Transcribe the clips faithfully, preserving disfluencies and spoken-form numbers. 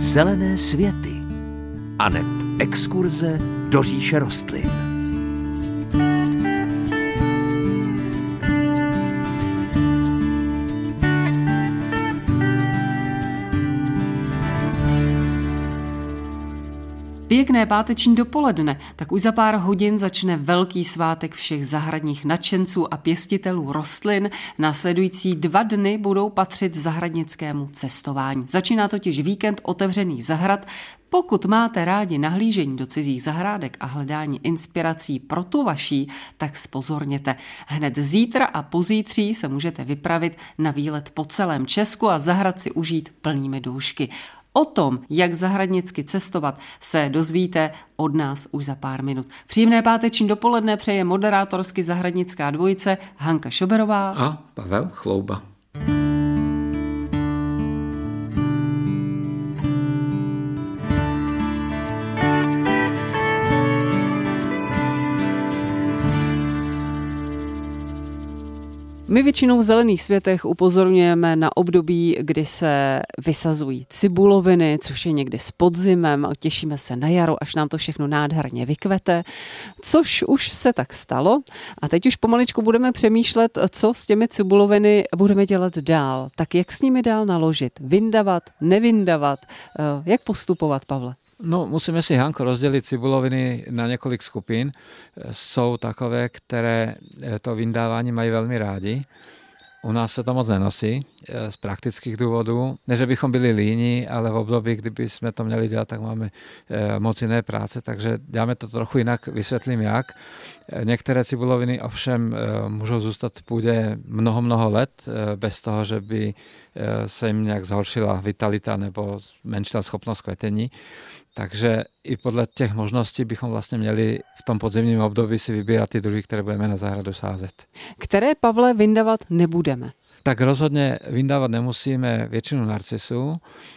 Zelené světy aneb exkurze do říše rostlin. Pěkné páteční dopoledne, tak už za pár hodin začne velký svátek všech zahradních nadšenců a pěstitelů rostlin. Následující dva dny budou patřit zahradnickému cestování. Začíná totiž víkend otevřených zahrad. Pokud máte rádi nahlížení do cizích zahrádek a hledání inspirací pro tu vaší, tak zpozorněte. Hned zítra a pozítří se můžete vypravit na výlet po celém Česku a zahrad si užít plnými doušky. O tom, jak zahradnicky cestovat, se dozvíte od nás už za pár minut. Příjemné páteční dopoledne přeje moderátorsky zahradnická dvojice Hanka Šoberová a Pavel Chlouba. My většinou v Zelených světech upozorňujeme na období, kdy se vysazují cibuloviny, což je někdy s podzimem, a těšíme se na jaro, až nám to všechno nádherně vykvete, což už se tak stalo. A teď už pomaličku budeme přemýšlet, co s těmi cibuloviny budeme dělat dál. Tak jak s nimi dál naložit? Vyndavat, nevyndavat? Jak postupovat, Pavle? No, musíme si, Hanko, rozdělit cibuloviny na několik skupin. Jsou takové, které to vyndávání mají velmi rádi. U nás se to moc nenosí z praktických důvodů. Ne, že bychom byli líní, ale v období, kdyby jsme to měli dělat, tak máme moc jiné práce, takže děláme to trochu jinak, vysvětlím jak. Některé cibuloviny ovšem můžou zůstat v půdě mnoho, mnoho let bez toho, že by se jim nějak zhoršila vitalita nebo zmenšila schopnost kvetení. Takže i podle těch možností bychom vlastně měli v tom podzimním období si vybírat ty druhy, které budeme na zahradu sázet. Které, Pavle, vyndavat nebudeme? Tak rozhodně vyndávat nemusíme většinu narcisů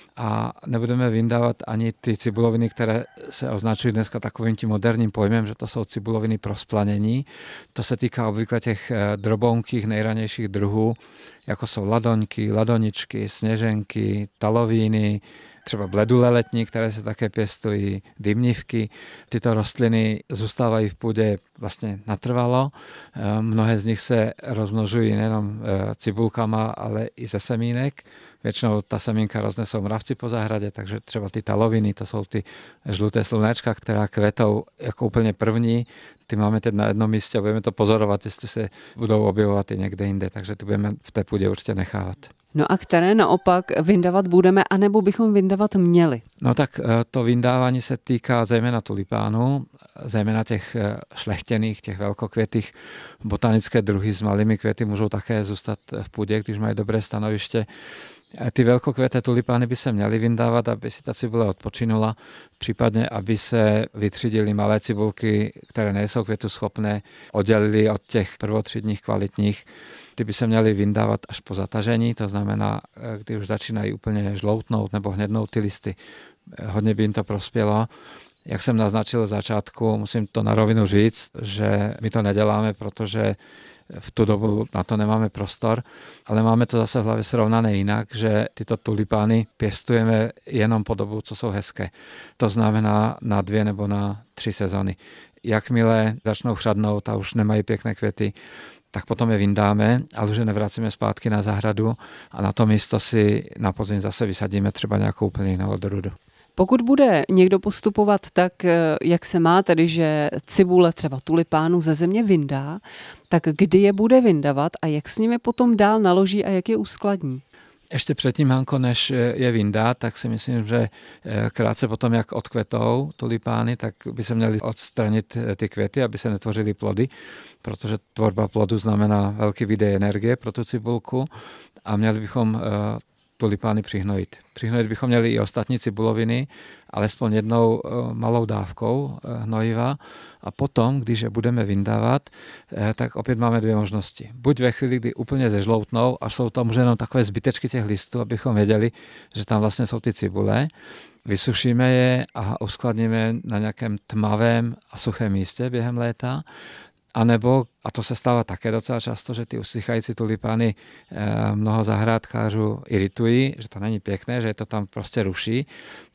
a nebudeme vyndávat ani ty cibuloviny, které se označují dneska takovým tím moderním pojmem, že to jsou cibuloviny pro splanění. To se týká obvykle těch drobounkých nejranějších druhů, jako jsou ladoňky, ladoničky, sněženky, talovíny, třeba bledule letní, které se také pěstují, dymnivky. Tyto rostliny zůstávají v půdě vlastně natrvalo. Mnohé z nich se rozmnožují nejenom cibulkama, ale i ze semínek. Většinou ta semínka roznesou mravci po zahradě, takže třeba ty taloviny, to jsou ty žluté slunečka, která kvetou jako úplně první. Ty máme teď na jednom místě a budeme to pozorovat, jestli se budou objevovat i někde jinde, takže ty budeme v té půdě určitě nechávat. No a které naopak vyndavat budeme, anebo bychom vyndavat měli? No tak to vyndávání se týká zejména tulipánů, zejména těch šlechtěných, těch velkokvětých. Botanické druhy s malými květy můžou také zůstat v půdě, když mají dobré stanoviště. Ty velkokvěté tulipány by se měly vyndávat, aby si ta cibule odpočinula, případně aby se vytřídily malé cibulky, které nejsou květuschopné, oddělily od těch prvotřídních kvalitních. Ty by se měly vyndávat až po zatažení, to znamená, když už začínají úplně žloutnout nebo hnědnout ty listy. Hodně by jim to prospělo. Jak jsem naznačil v začátku, musím to na rovinu říct, že my to neděláme, protože v tu dobu na to nemáme prostor, ale máme to zase v hlavě srovnané jinak, že tyto tulipány pěstujeme jenom po dobu, co jsou hezké. To znamená na dvě nebo na tři sezony. Jakmile začnou chřadnout a už nemají pěkné květy, tak potom je vyndáme, ale už je nevracíme zpátky na zahradu a na to místo si na podzim zase vysadíme třeba nějakou úplně jinou odrůdu. Pokud bude někdo postupovat tak, jak se má, tedy že cibule třeba tulipánu ze země vyndá, tak kdy je bude vyndavat a jak s nimi potom dál naloží a jak je uskladní? Ještě předtím, Hanko, než je vyndá, tak si myslím, že krátce potom, jak odkvetou tulipány, tak by se měly odstranit ty květy, aby se netvořily plody, protože tvorba plodu znamená velký výdej energie pro tu cibulku a měli bychom tulipány přihnojit. Přihnojit bychom měli i ostatní cibuloviny, alespoň jednou malou dávkou hnojiva a potom, když je budeme vyndávat, tak opět máme dvě možnosti. Buď ve chvíli, kdy úplně zežloutnou a jsou tam už jenom takové zbytečky těch listů, abychom věděli, že tam vlastně jsou ty cibule, vysušíme je a uskladníme na nějakém tmavém a suchém místě během léta. A nebo, a to se stává také docela často, že ty usychající tulipány mnoho zahrádkářů iritují, že to není pěkné, že je to tam prostě ruší,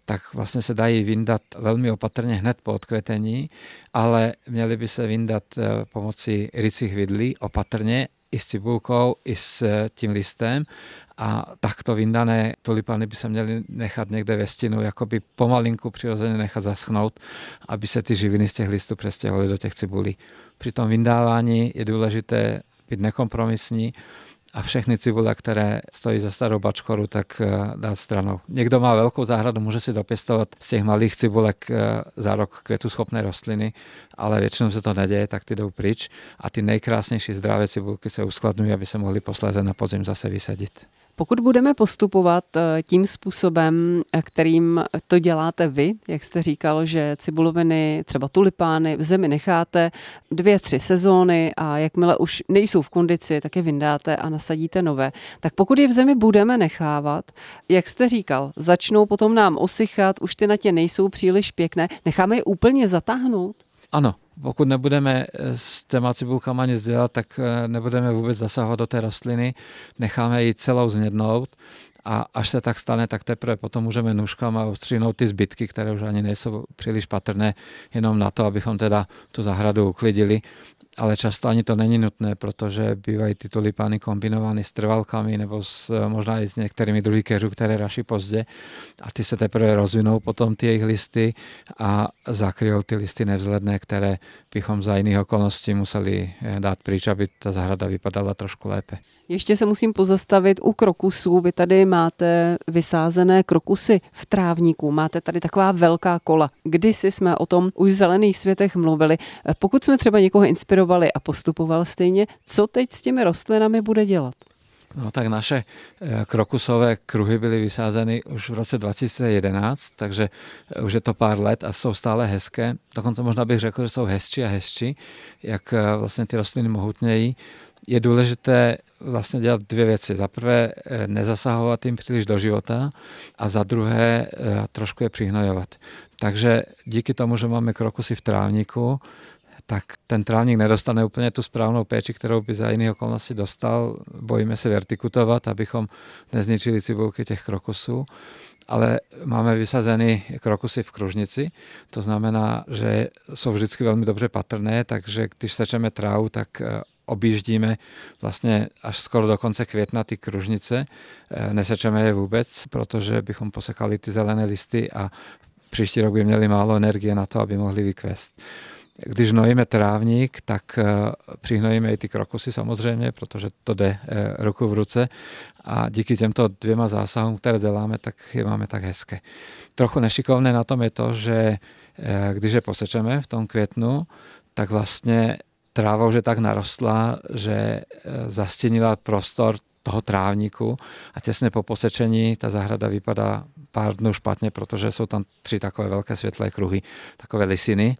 tak vlastně se dají vyndat velmi opatrně hned po odkvetení, ale měly by se vyndat pomocí rycích vidlí opatrně i s cibulkou, i s tím listem a takto vyndané tulipány by se měly nechat někde ve stínu, jakoby pomalinku přirozeně nechat zaschnout, aby se ty živiny z těch listů přestěhovaly do těch cibulí. Při tom vyndávání je důležité být nekompromisní a všechny cibule, které stojí za starou bačkoru, tak dát stranou. Někdo má velkou zahradu, může si dopěstovat z těch malých cibulek za rok květuschopné rostliny, ale většinou se to neděje, tak ty jdou pryč a ty nejkrásnější zdravé cibulky se uskladňují, aby se mohly posléze na podzim zase vysadit. Pokud budeme postupovat tím způsobem, kterým to děláte vy, jak jste říkal, že cibuloviny, třeba tulipány v zemi necháte dvě, tři sezóny a jakmile už nejsou v kondici, tak je vyndáte a nasadíte nové. Tak pokud je v zemi budeme nechávat, jak jste říkal, začnou potom nám osychat, už ty natě nejsou příliš pěkné, necháme je úplně zatáhnout? Ano, pokud nebudeme s těma cibulkama nic dělat, tak nebudeme vůbec zasahovat do té rostliny, necháme ji celou znědnout a až se tak stane, tak teprve potom můžeme nůžkama ostříhnout ty zbytky, které už ani nejsou příliš patrné, jenom na to, abychom teda tu zahradu uklidili. Ale často ani to není nutné, protože bývají ty tulipány kombinovány s trvalkami nebo s, možná i s některými druhy keřů, které raší pozdě a ty se teprve rozvinou potom ty jejich listy a zakryjou ty listy nevzhledné, které bychom za jiných okolností museli dát pryč, aby ta zahrada vypadala trošku lépe. Ještě se musím pozastavit u krokusů. Vy tady máte vysázené krokusy v trávníku. Máte tady taková velká kola. Kdysi jsme o tom už v Zelených světech mluvili. Pokud jsme třeba někoho inspirovali a postupoval stejně, co teď s těmi rostlinami bude dělat? No tak naše krokusové kruhy byly vysázeny už v roce dva tisíce jedenáct, takže už je to pár let a jsou stále hezké. Dokonce možná bych řekl, že jsou hezčí a hezčí, jak vlastně ty rostliny mohutnějí. Je důležité vlastně dělat dvě věci. Za prvé nezasahovat jim příliš do života a za druhé trošku je přihnojovat. Takže díky tomu, že máme krokusy v trávníku, tak ten trávník nedostane úplně tu správnou péči, kterou by za jiných okolností dostal. Bojíme se vertikutovat, abychom nezničili cibulky těch krokusů. Ale máme vysazeny krokusy v kružnici, to znamená, že jsou vždycky velmi dobře patrné, takže když sečeme trávu, tak objíždíme vlastně až skoro do konce května ty kružnice. Nesečeme je vůbec, protože bychom posekali ty zelené listy a příští rok by měli málo energie na to, aby mohli vykvést. Když hnojíme trávník, tak přihnojíme i ty krokusy samozřejmě, protože to jde ruku v ruce a díky těmto dvěma zásahům, které děláme, tak je máme tak hezké. Trochu nešikovné na tom je to, že když je posečeme v tom květnu, tak vlastně tráva už je tak narostla, že zastínila prostor toho trávníku a těsně po posečení ta zahrada vypadá pár dnů špatně, protože jsou tam tři takové velké světlé kruhy, takové lisiny.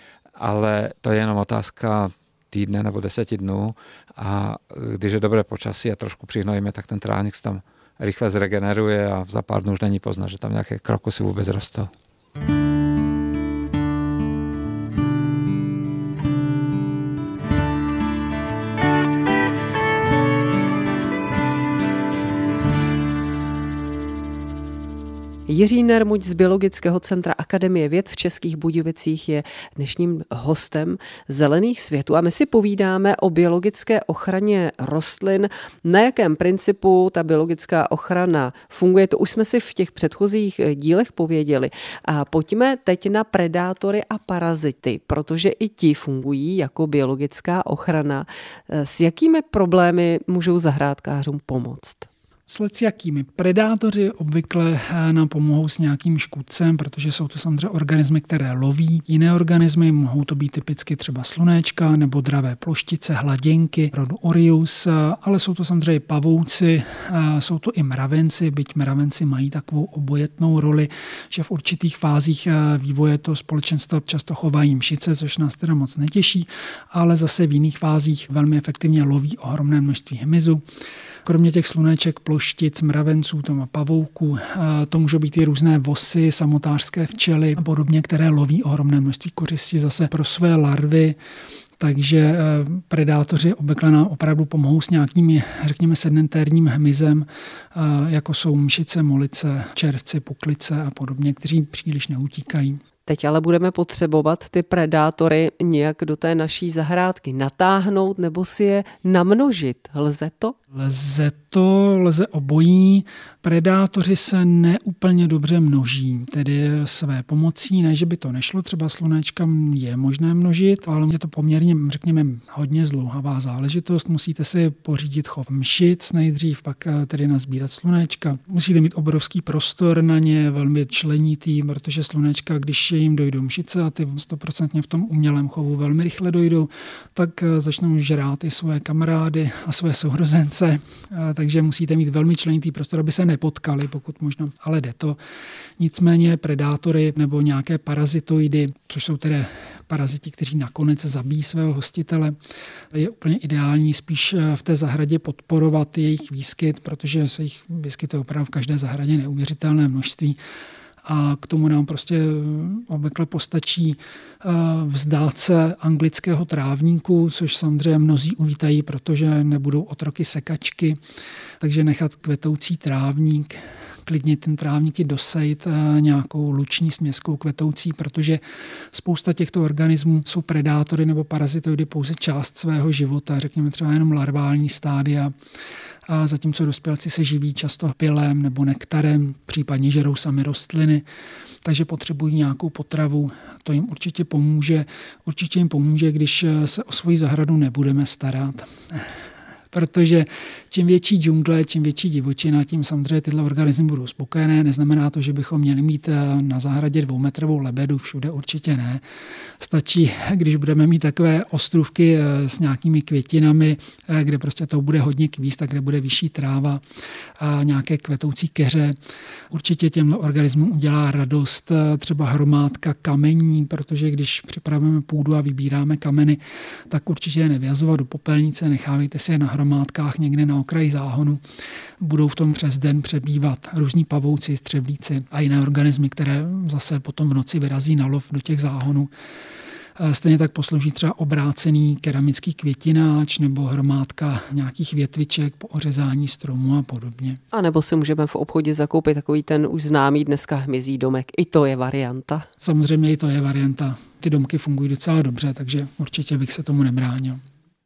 Ale to je jenom otázka týdne nebo deseti dnů a když je dobré počasí a trošku přihnojíme, tak ten trávník se tam rychle zregeneruje a za pár dnů už není poznat, že tam nějaké krokusy vůbec rostou. Jiří Nermuť z Biologického centra Akademie věd v Českých Budějovicích je dnešním hostem Zelených světů a my si povídáme o biologické ochraně rostlin, na jakém principu ta biologická ochrana funguje. To už jsme si v těch předchozích dílech pověděli. A pojďme teď na predátory a parazity, protože i ti fungují jako biologická ochrana. S jakými problémy můžou zahrádkářům pomoct? S jakými predátoři obvykle nám pomohou s nějakým škůdcem, protože jsou to samozřejmě organismy, které loví jiné organismy, mohou to být typicky třeba slunéčka nebo dravé ploštice, hladěnky, rodu Orius, ale jsou to samozřejmě pavouci, jsou to i mravenci, byť mravenci mají takovou obojetnou roli, že v určitých fázích vývoje toho společenstva často chovají mšice, což nás teda moc netěší, ale zase v jiných fázích velmi efektivně loví ohromné množství hmyzu. Kromě těch slunéček, ploštic, mravenců, tomu pavouků, to můžou být i různé vosy, samotářské včely a podobně, které loví ohromné množství kořisti zase pro své larvy. Takže predátoři obvykle nám opravdu pomohou s nějakými, řekněme, sedentárním hmyzem, jako jsou mšice, molice, červci, puklice a podobně, kteří příliš neutíkají. Teď ale budeme potřebovat ty predátory nějak do té naší zahrádky natáhnout nebo si je namnožit. Lze to? Lze to, lze obojí. Predátoři se neúplně dobře množí, tedy své pomocí, ne, že by to nešlo, třeba slunéčka je možné množit, ale je to poměrně, řekněme, hodně zdlouhavá záležitost. Musíte si pořídit chov mšic nejdřív, pak tedy nazbírat slunéčka. Musíte mít obrovský prostor na ně, velmi členitý, protože slunéčka, když jim dojdou mšice a ty stoprocentně v tom umělém chovu velmi rychle dojdou, tak začnou žrát i svoje kamarády a svoje sourozence. Takže musíte mít velmi členitý prostor, aby se nepotkali, pokud možno, ale jde to. Nicméně predátory nebo nějaké parazitoidy, což jsou tedy paraziti, kteří nakonec zabíjí svého hostitele, je úplně ideální spíš v té zahradě podporovat jejich výskyt, protože se jich vyskytuje opravdu v každé zahradě neuvěřitelné množství. A k tomu nám prostě obvykle postačí vzdát se anglického trávníku, což samozřejmě mnozí uvítají, protože nebudou otroky sekačky, takže nechat kvetoucí trávník, klidně ten trávník i dosejt nějakou luční směskou kvetoucí, protože spousta těchto organismů jsou predátory nebo parazitoidy pouze část svého života, řekněme třeba jenom larvální stádia, a zatímco dospělci se živí často pylem nebo nektarem, případně žerou sami rostliny, takže potřebují nějakou potravu. To jim určitě pomůže. Určitě jim pomůže, když se o svoji zahradu nebudeme starat. Protože čím větší džungle, čím větší divočina, tím samozřejmě tyhle organismy budou spokojené. Neznamená to, že bychom měli mít na zahradě dvoumetrovou lebedu, všude určitě ne. Stačí, když budeme mít takové ostrůvky s nějakými květinami, kde prostě to bude hodně kvíst, a kde bude vyšší tráva a nějaké kvetoucí keře. Určitě těmhle organismům udělá radost třeba hromádka kamení, protože když připravujeme půdu a vybíráme kameny, tak určitě je nevyhazovat do popelnice, nechávejte si je na hromádkách někde na okraji záhonu. Budou v tom přes den přebývat různí pavouci, střevlíci a jiné organismy, které zase potom v noci vyrazí na lov do těch záhonů. Stejně tak poslouží třeba obrácený keramický květináč nebo hromádka nějakých větviček po ořezání stromů a podobně. A nebo si můžeme v obchodě zakoupit takový ten už známý dneska hmyzí domek. I to je varianta. Samozřejmě i to je varianta. Ty domky fungují docela dobře, takže určitě bych se tomu nebránil.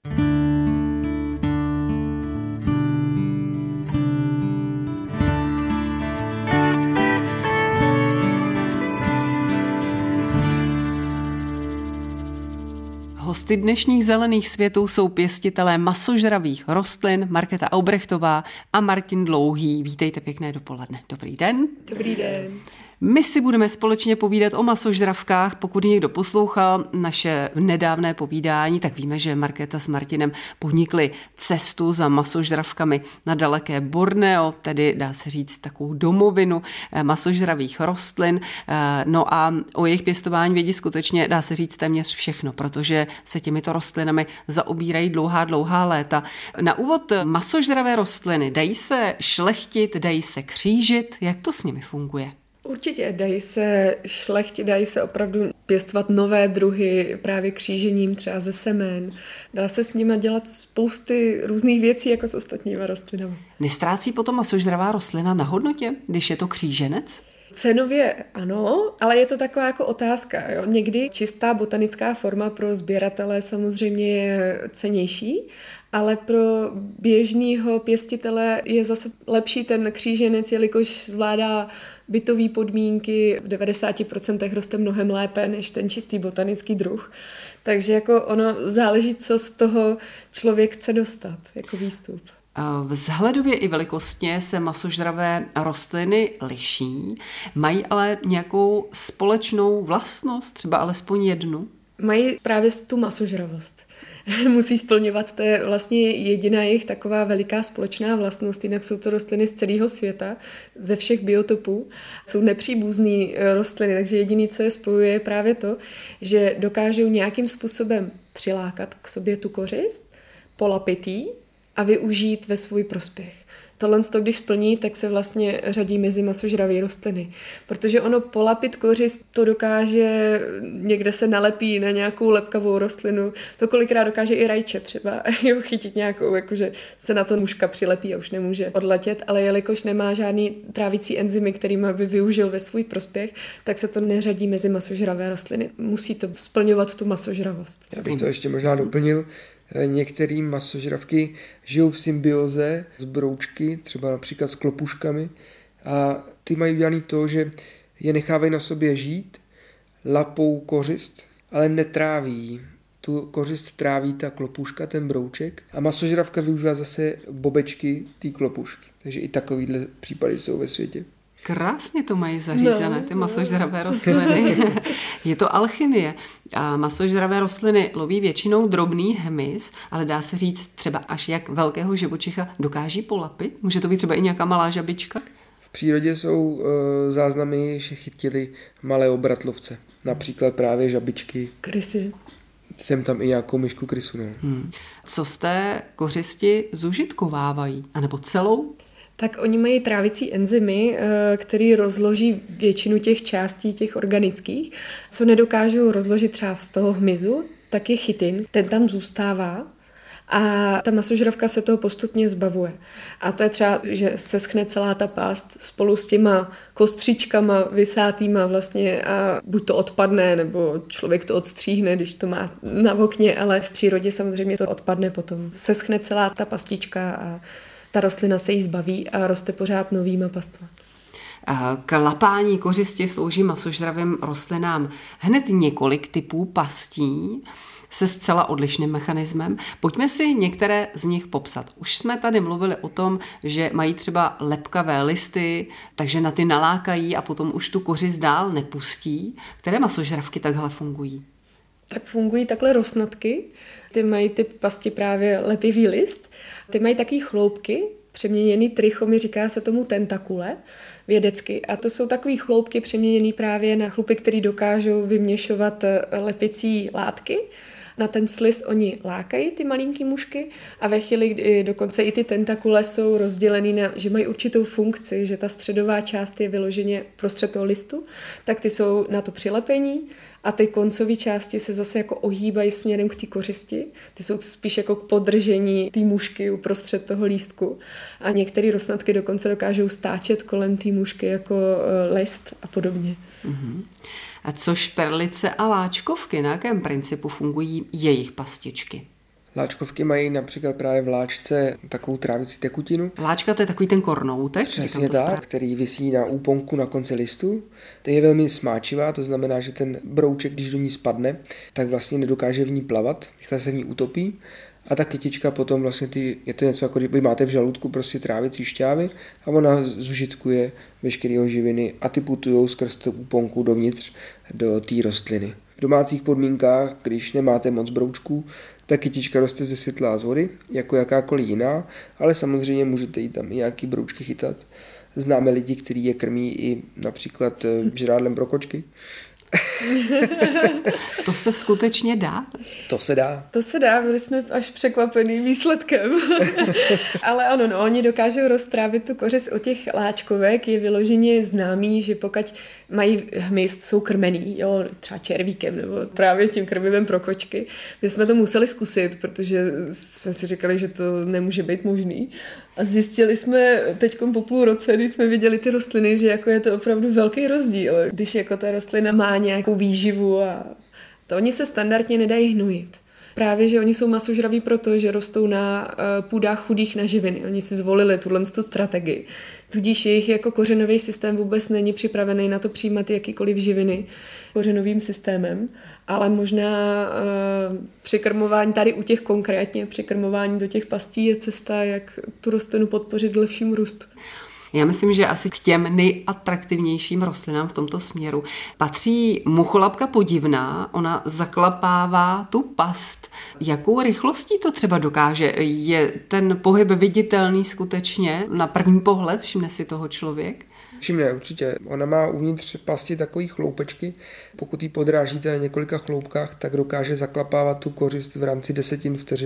Hosty dnešních zelených světů jsou pěstitelé masožravých rostlin Markéta Aubrechtová a Martin Dlouhý. Vítejte, pěkné dopoledne. Dobrý den. Dobrý den. My si budeme společně povídat o masožravkách. Pokud někdo poslouchal naše nedávné povídání, tak víme, že Markéta s Martinem podnikli cestu za masožravkami na daleké Borneo, tedy dá se říct takovou domovinu masožravých rostlin. No a o jejich pěstování vědí skutečně, dá se říct, téměř všechno, protože se těmito rostlinami zaobírají dlouhá, dlouhá léta. Na úvod, masožravé rostliny dají se šlechtit, dají se křížit. Jak to s nimi funguje? Určitě dají se šlechtit, dají se opravdu pěstovat nové druhy právě křížením třeba ze semen. Dá se s nimi dělat spousty různých věcí jako s ostatními rostlinami. Nestrácí potom masožravá rostlina na hodnotě, když je to kříženec? Cenově ano, ale je to taková jako otázka. Jo. Někdy čistá botanická forma pro sběratele samozřejmě je cennější, ale pro běžného pěstitele je zase lepší ten kříženec, jelikož zvládá bytové podmínky, v devadesáti procentech roste mnohem lépe než ten čistý botanický druh. Takže jako ono záleží, co z toho člověk chce dostat jako výstup. Vzhledově i velikostně se masožravé rostliny liší, mají ale nějakou společnou vlastnost, třeba alespoň jednu? Mají právě tu masožravost. Musí splňovat, to je vlastně jediná jejich taková veliká společná vlastnost, jinak jsou to rostliny z celého světa, ze všech biotopů, jsou nepříbuzné rostliny, takže jediné, co je spojuje, je právě to, že dokážou nějakým způsobem přilákat k sobě tu kořist, polapit jí a využít ve svůj prospěch. Tohle, když plní, tak se vlastně řadí mezi masožravé rostliny. Protože ono polapit kořist, to dokáže, někde se nalepí na nějakou lepkavou rostlinu, to kolikrát dokáže i rajče třeba, jo, chytit nějakou, jakože se na to muška přilepí a už nemůže odletět, ale jelikož nemá žádný trávicí enzymy, kterým by využil ve svůj prospěch, tak se to neřadí mezi masožravé rostliny. Musí to splňovat tu masožravost. Já bych to ještě možná doplnil. Některé masožravky žijou v symbioze s broučky, třeba například s klopuškami, a ty mají udělané to, že je nechávají na sobě žít, lapou kořist, ale netráví. Tu kořist tráví ta klopuška, ten brouček, a masožravka využívá zase bobečky té klopušky. Takže i takovýhle případy jsou ve světě. Krásně to mají zařízené, ty masožravé rostliny. Je to alchymie. A masožravé rostliny loví většinou drobný hmyz, ale dá se říct třeba až jak velkého živočicha dokáží polapit. Může to být třeba i nějaká malá žabička? V přírodě jsou e, záznamy, že chytili malé obratlovce. Například právě žabičky. Krysy. Jsem tam i nějakou myšku krysu. No. Hmm. Co z té kořisti zužitkovávají? A nebo celou? Tak oni mají trávicí enzymy, které rozloží většinu těch částí, těch organických. Co nedokážou rozložit třeba z toho hmyzu, tak je chytin. Ten tam zůstává a ta masožravka se toho postupně zbavuje. A to je třeba, že se schne celá ta pást spolu s těma kostřičkama vysátýma vlastně a buď to odpadne, nebo člověk to odstříhne, když to má na okně, ale v přírodě samozřejmě to odpadne potom. Se schne celá ta pastička a ta rostlina se jí zbaví a roste pořád novýma pastvama. K lapání kořisti slouží masožravým rostlinám hned několik typů pastí se zcela odlišným mechanismem. Pojďme si některé z nich popsat. Už jsme tady mluvili o tom, že mají třeba lepkavé listy, takže na ty nalákají a potom už tu kořist dál nepustí. Které masožravky takhle fungují? Tak fungují takhle rosnatky. Ty mají typ pasti právě lepivý list. Ty mají taky chloupky, přeměněný trichomy, říká se tomu tentakule vědecky. A to jsou takový chloupky přeměněný právě na chlupy, které dokážou vyměšovat lepicí látky. Na ten slist oni lákají ty malinký mušky a ve chvíli, kdy dokonce i ty tentakule jsou rozdělený na, že mají určitou funkci, že ta středová část je vyloženě prostřed toho listu, tak ty jsou na to přilepení a ty koncové části se zase jako ohýbají směrem k té kořisti. Ty jsou spíš jako k podržení té mušky uprostřed toho lístku. A některé rosnatky dokonce dokážou stáčet kolem té mušky jako list a podobně. Mm-hmm. A co šperlice a láčkovky, na jakém principu fungují jejich pastičky? Láčkovky mají například právě v láčce takovou trávicí tekutinu. Láčka, to je takový ten kornoutek? Přesně tak, správ... který visí na úponku na konci listu. To je velmi smáčivá, to znamená, že ten brouček, když do ní spadne, tak vlastně nedokáže v ní plavat, rychle se v ní utopí. A ta kytička potom vlastně, ty, je to něco jako když máte v žaludku prostě trávicí šťávy a ona zužitkuje veškeré živiny a ty putujou skrz tu úponku dovnitř do té rostliny. V domácích podmínkách, když nemáte moc broučků, ta kytička roste ze světla a z vody, jako jakákoliv jiná, ale samozřejmě můžete jí tam i nějaký broučky chytat. Známe lidi, kteří je krmí i například žrádlem brokočky. To se skutečně dá? To se dá. To se dá, byli jsme až překvapený výsledkem. Ale ano, no, oni dokážou roztrávit tu kořist od těch láčkovek. Je vyloženě známý, že pokud mají hmyz, jsou krmený, jo, třeba červíkem nebo právě tím krmivem pro kočky. My jsme to museli zkusit, protože jsme si říkali, že to nemůže být možný. A zjistili jsme teď po půl roce, když jsme viděli ty rostliny, že jako je to opravdu velký rozdíl, když jako ta rostlina má nějakou výživu a to oni se standardně nedají hnojit. Právě, že oni jsou masožraví proto, že rostou na půdách chudých na živiny. Oni si zvolili tuhle tu strategii. Tudíž jejich jako kořenový systém vůbec není připravený na to přijímat jakýkoliv živiny kořenovým systémem, ale možná uh, překrmování tady u těch konkrétně, překrmování do těch pastí je cesta, jak tu rostlinu podpořit k lepšímu růstu. Já myslím, že asi k těm nejatraktivnějším rostlinám v tomto směru patří mucholapka podivná, ona zaklapává tu past. Jakou rychlostí to třeba dokáže? Je ten pohyb viditelný skutečně na první pohled? Všimne si toho člověk? Všimne, určitě. Ona má uvnitř pasti takový chloupečky. Pokud ji podrážíte na několika chloupkách, tak dokáže zaklapávat tu kořist v rámci desetin vteřiny.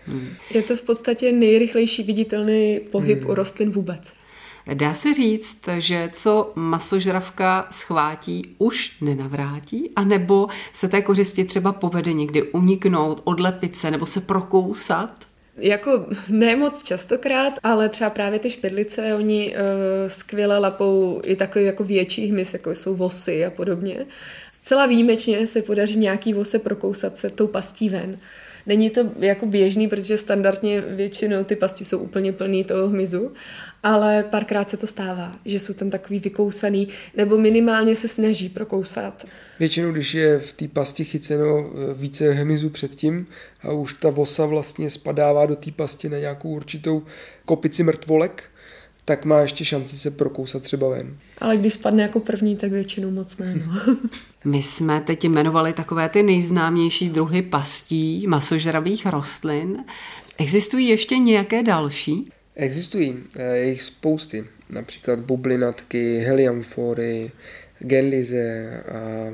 Hmm. Je to v podstatě nejrychlejší viditelný pohyb hmm. u rostlin vůbec. Dá se říct, že co masožravka schvátí, už nenavrátí, anebo se té kořisti třeba povede někdy uniknout, odlepit se nebo se prokousat? Jako ne moc častokrát, ale třeba právě ty špidlice, oni uh, skvěle lapou i takový jako větší hmyz, jako jsou vosy a podobně. Zcela výjimečně se podaří nějaký vose prokousat se tou pastí ven. Není to jako běžný, protože standardně většinou ty pasti jsou úplně plný toho hmyzu, ale párkrát se to stává, že jsou tam takový vykousaný, nebo minimálně se snaží prokousat. Většinou, když je v té pasti chyceno více hmyzu předtím a už ta vosa vlastně spadává do té pasti na nějakou určitou kopici mrtvolek, tak má ještě šanci se prokousat třeba ven. Ale když spadne jako první, tak většinou moc ne. No. My jsme teď jmenovali takové ty nejznámější druhy pastí masožravých rostlin. Existují ještě nějaké další? Existují, je jich spousty. Například bublinatky, heliamfory, genlize, a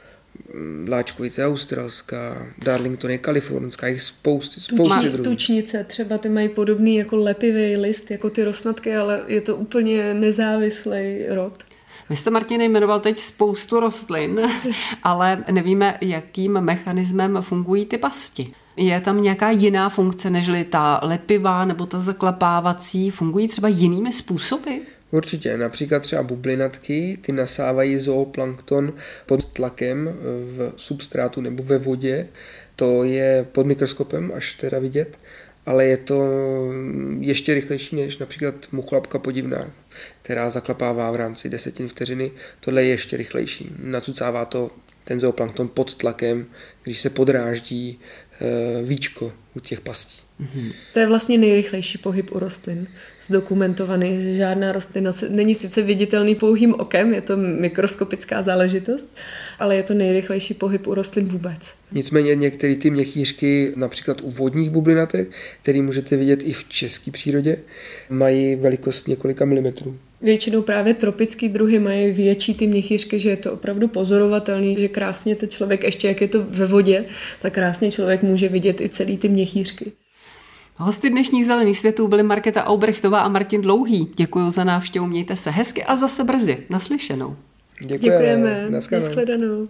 láčkovice australská, Darlington je kalifornská, jich spousty, spousty druhů. Tučnice, třeba ty mají podobný jako lepivý list, jako ty rosnatky, ale je to úplně nezávislý rod. Vy jste, Martine, jmenoval teď spoustu rostlin, ale nevíme, jakým mechanismem fungují ty pasti. Je tam nějaká jiná funkce, nežli ta lepivá nebo ta zaklapávací? Fungují třeba jinými způsoby? Určitě, například třeba bublinatky, ty nasávají zooplankton pod tlakem v substrátu nebo ve vodě. To je pod mikroskopem až teda vidět, ale je to ještě rychlejší než například muchlapka podivná, která zaklapává v rámci desetin vteřiny. Tohle je ještě rychlejší. Nacucává to ten zooplankton pod tlakem, když se podráždí e, víčko u těch pastí. Mm-hmm. To je vlastně nejrychlejší pohyb u rostlin. Zdokumentovaný, že žádná rostlina se, není sice viditelný pouhým okem, je to mikroskopická záležitost, ale je to nejrychlejší pohyb u rostlin vůbec. Nicméně některé ty měchýřky, například u vodních bublinatek, které můžete vidět i v české přírodě, mají velikost několika milimetrů. Většinou právě tropický druhy mají větší ty měchýřky, že je to opravdu pozorovatelný, že krásně to člověk, ještě jak je to ve vodě, tak krásně člověk může vidět i celý ty měchýřky. Hosty dnešních Zelených světů byly Markéta Aubrechtová a Martin Dlouhý. Děkuji za návštěvu, mějte se hezky a zase brzy. Naslyšenou. Děkujeme. Děkujeme. Naschledanou.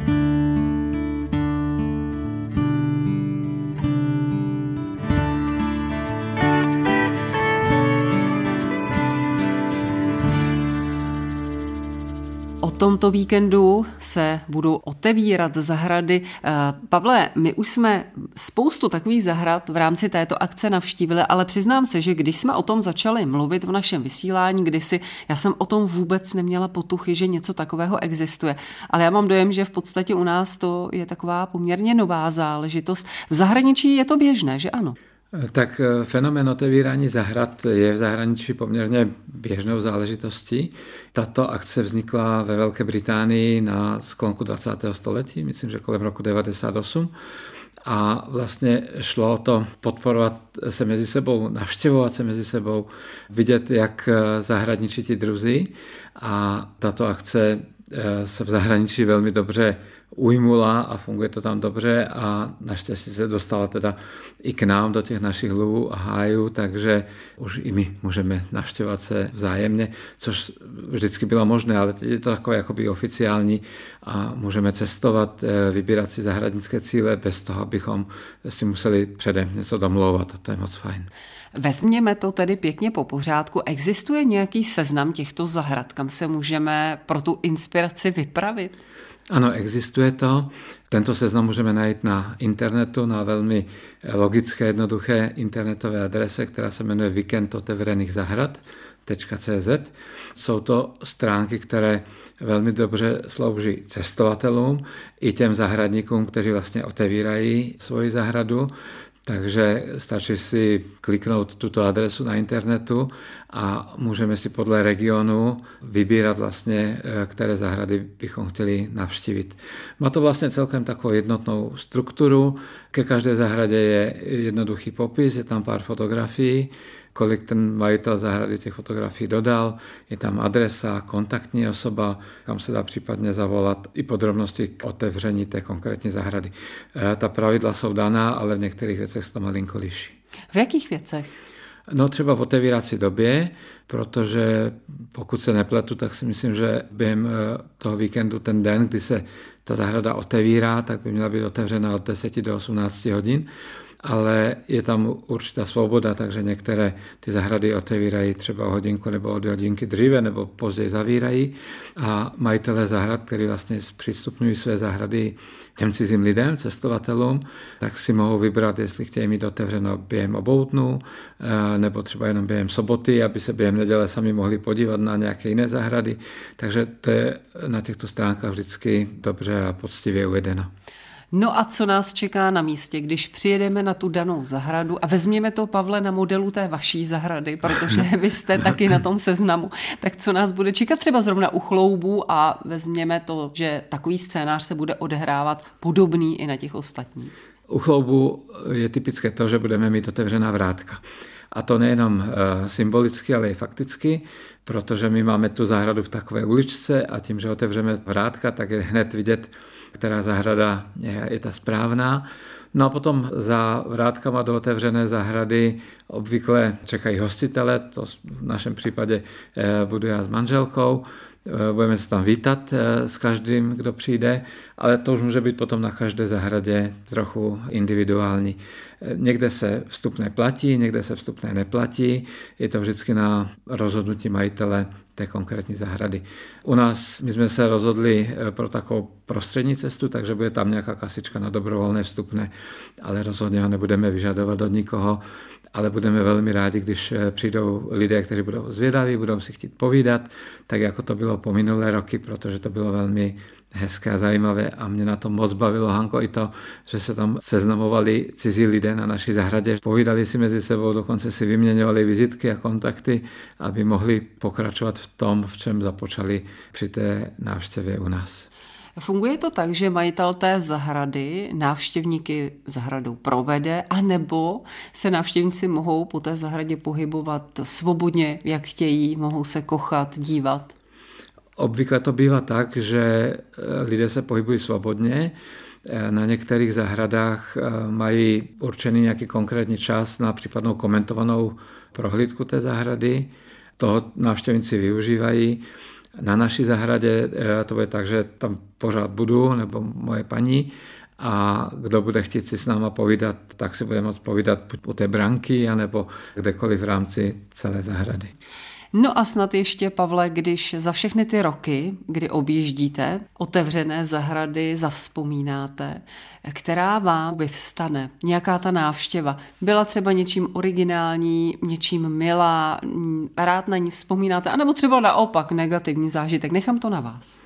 O tomto víkendu se budou otevírat zahrady. Pavle, my už jsme spoustu takových zahrad v rámci této akce navštívili, ale přiznám se, že když jsme o tom začali mluvit v našem vysílání kdysi, já jsem o tom vůbec neměla potuchy, že něco takového existuje. Ale já mám dojem, že v podstatě u nás to je taková poměrně nová záležitost. V zahraničí je to běžné, že ano? Tak fenomén otevírání zahrad je v zahraničí poměrně běžnou záležitostí. Tato akce vznikla ve Velké Británii na sklonku dvacátého století, myslím, že kolem roku devadesát osm. A vlastně šlo o to podporovat se mezi sebou, navštěvovat se mezi sebou, vidět, jak zahradničí ti druzí. A tato akce se v zahraničí velmi dobře ujmula a funguje to tam dobře a naštěstí se dostala teda i k nám do těch našich luvů a hájů, takže už i my můžeme navštěvovat se vzájemně, což vždycky bylo možné, ale teď je to takové jakoby oficiální a můžeme cestovat, vybírat si zahradnické cíle bez toho, abychom si museli předem něco domlouvat. To je moc fajn. Vezměme to tedy pěkně po pořádku. Existuje nějaký seznam těchto zahrad, kam se můžeme pro tu inspiraci vypravit? Ano, existuje to. Tento seznam můžeme najít na internetu, na velmi logické, jednoduché internetové adrese, která se jmenuje víkend otevřených zahrad tečka cé zet. Jsou to stránky, které velmi dobře slouží cestovatelům i těm zahradníkům, kteří vlastně otevírají svoji zahradu. Takže stačí si kliknout tuto adresu na internetu a můžeme si podle regionu vybírat vlastně, které zahrady bychom chtěli navštívit. Má to vlastně celkem takovou jednotnou strukturu. Ke každé zahradě je jednoduchý popis, je tam pár fotografií, kolik ten majitel zahrady těch fotografií dodal, je tam adresa, kontaktní osoba, kam se dá případně zavolat, i podrobnosti k otevření té konkrétní zahrady. Ta pravidla jsou daná, ale v některých věcech se to malinko liší. V jakých věcech? No třeba v otevírací době, protože pokud se nepletu, tak si myslím, že během toho víkendu ten den, kdy se ta zahrada otevírá, tak by měla být otevřena od deseti do osmnácti hodin, ale je tam určitá svoboda, takže některé ty zahrady otevírají třeba o hodinku nebo o dvě hodinky dříve nebo později zavírají a majitelé zahrad, kteří vlastně zpřístupňují své zahrady těm cizím lidem, cestovatelům, tak si mohou vybrat, jestli chtějí mít otevřeno během obou dnů, nebo třeba jenom během soboty, aby se během neděle sami mohli podívat na nějaké jiné zahrady. Takže to je na těchto stránkách vždycky dobře a poctivě uvedeno. No a co nás čeká na místě, když přijedeme na tu danou zahradu a vezměme to, Pavle, na modelu té vaší zahrady, protože vy jste taky na tom seznamu, tak co nás bude čekat třeba zrovna u Chloubů a vezměme to, že takový scénář se bude odehrávat podobný i na těch ostatních. U Chloubů je typické to, že budeme mít otevřená vrátka. A to nejenom symbolicky, ale i fakticky, protože my máme tu zahradu v takové uličce a tím, že otevřeme vrátka, tak je hned vidět, která zahrada je, je ta správná. No a potom za vrátkama do otevřené zahrady obvykle čekají hostitele, to v našem případě budu já s manželkou. Budeme se tam vítat s každým, kdo přijde, ale to už může být potom na každé zahradě trochu individuální. Někde se vstupné platí, někde se vstupné neplatí. Je to vždycky na rozhodnutí majitele té konkrétní zahrady. U nás my jsme se rozhodli pro takovou prostřední cestu, takže bude tam nějaká kasička na dobrovolné vstupné, ale rozhodně ho nebudeme vyžadovat od nikoho, ale budeme velmi rádi, když přijdou lidé, kteří budou zvědaví, budou si chtít povídat, tak jako to bylo po minulé roky, protože to bylo velmi hezké a zajímavé a mě na tom moc bavilo, Hanko, i to, že se tam seznamovali cizí lidé na naší zahradě, povídali si mezi sebou, dokonce si vyměňovali vizitky a kontakty, aby mohli pokračovat v tom, v čem započali při té návštěvě u nás. Funguje to tak, že majitel té zahrady návštěvníky zahradou provede, anebo se návštěvníci mohou po té zahradě pohybovat svobodně, jak chtějí, mohou se kochat, dívat? Obvykle to bývá tak, že lidé se pohybují svobodně. Na některých zahradách mají určený nějaký konkrétní čas na případnou komentovanou prohlídku té zahrady. Toho návštěvníci využívají. Na naší zahradě to bude tak, že tam pořád budu, nebo moje paní, a kdo bude chtít si s náma povídat, tak si bude moct povídat u té branky, anebo kdekoliv v rámci celé zahrady. No a snad ještě, Pavle, když za všechny ty roky, kdy objíždíte otevřené zahrady, zavzpomínáte, která vám vyvstane, nějaká ta návštěva, byla třeba něčím originální, něčím milá, rád na ní vzpomínáte, anebo třeba naopak negativní zážitek. Nechám to na vás.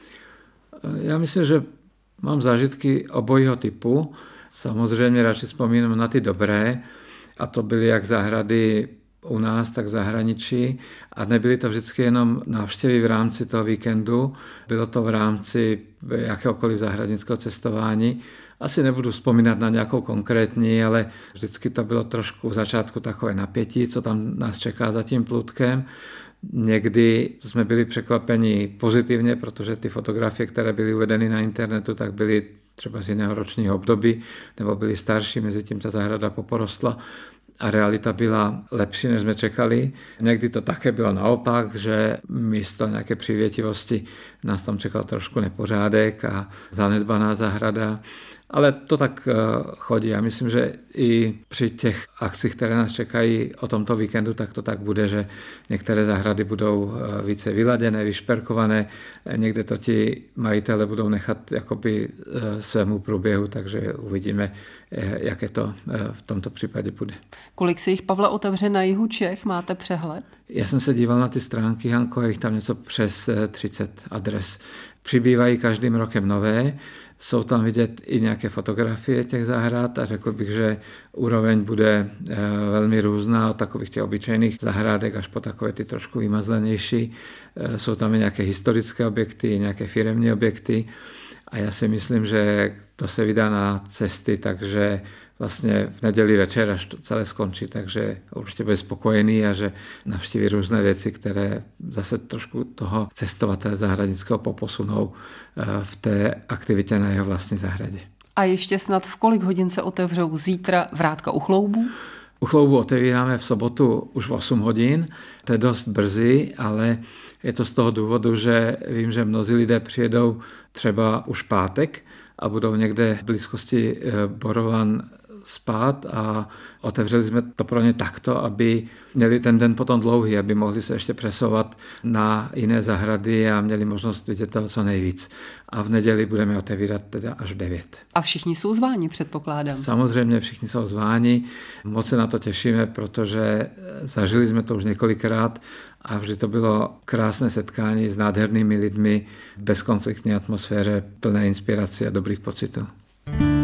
Já myslím, že mám zážitky obojího typu. Samozřejmě radši vzpomínám na ty dobré, a to byly jak zahrady u nás, tak v zahraničí, a nebyly to vždycky jenom návštěvy v rámci toho víkendu, bylo to v rámci jakéhokoliv zahradnického cestování. Asi nebudu vzpomínat na nějakou konkrétní, ale vždycky to bylo trošku v začátku takové napětí, co tam nás čeká za tím plůtkem. Někdy jsme byli překvapeni pozitivně, protože ty fotografie, které byly uvedeny na internetu, tak byly třeba z jiného ročního období, nebo byly starší, mezi tím ta zahrada poporostla a realita byla lepší, než jsme čekali. Někdy to také bylo naopak, že místo nějaké přívětivosti nás tam čekal trošku nepořádek a zanedbaná zahrada. Ale to tak chodí. Já myslím, že i při těch akcích, které nás čekají o tomto víkendu, tak to tak bude, že některé zahrady budou více vyladěné, vyšperkované, někde to ti majitele budou nechat jakoby svému průběhu, takže uvidíme, jaké to v tomto případě bude. Kolik se jich, Pavle, otevře na jihu Čech? Máte přehled? Já jsem se díval na ty stránky, Hanko, je jich tam něco přes třicet adres. Přibývají každým rokem nové, jsou tam vidět i nějaké fotografie těch zahrad a řekl bych, že úroveň bude velmi různá od takových těch obyčejných zahrádek až po takové ty trošku vymazlenější. Jsou tam i nějaké historické objekty, nějaké firemní objekty a já si myslím, že to se vydá na cesty, takže vlastne v nedeli večer, až to celé skončí, takže určite bude spokojený a že navštíví rôzne veci, ktoré zase trošku toho cestovateľa zahradnického poposunou v té aktivitě na jeho vlastní zahradě. A ještě snad v kolik hodin se otevřou zítra vrátka u chloubů? U chloubu otevíráme v sobotu už v osm hodín, to je dost brzy, ale je to z toho důvodu, že vím, že mnozí lidé přijedou třeba už pátek a budou někde v blízkosti Borovan spát a otevřeli jsme to pro ně takto, aby měli ten den potom dlouhý, aby mohli se ještě přesouvat na jiné zahrady a měli možnost vidět toho co nejvíc. A v neděli budeme otevírat teda až v devět. A všichni jsou zváni, předpokládám. Samozřejmě všichni jsou zváni. Moc se na to těšíme, protože zažili jsme to už několikrát a vždy to bylo krásné setkání s nádhernými lidmi v bezkonfliktní atmosféře, plné inspirace a dobrých pocitů.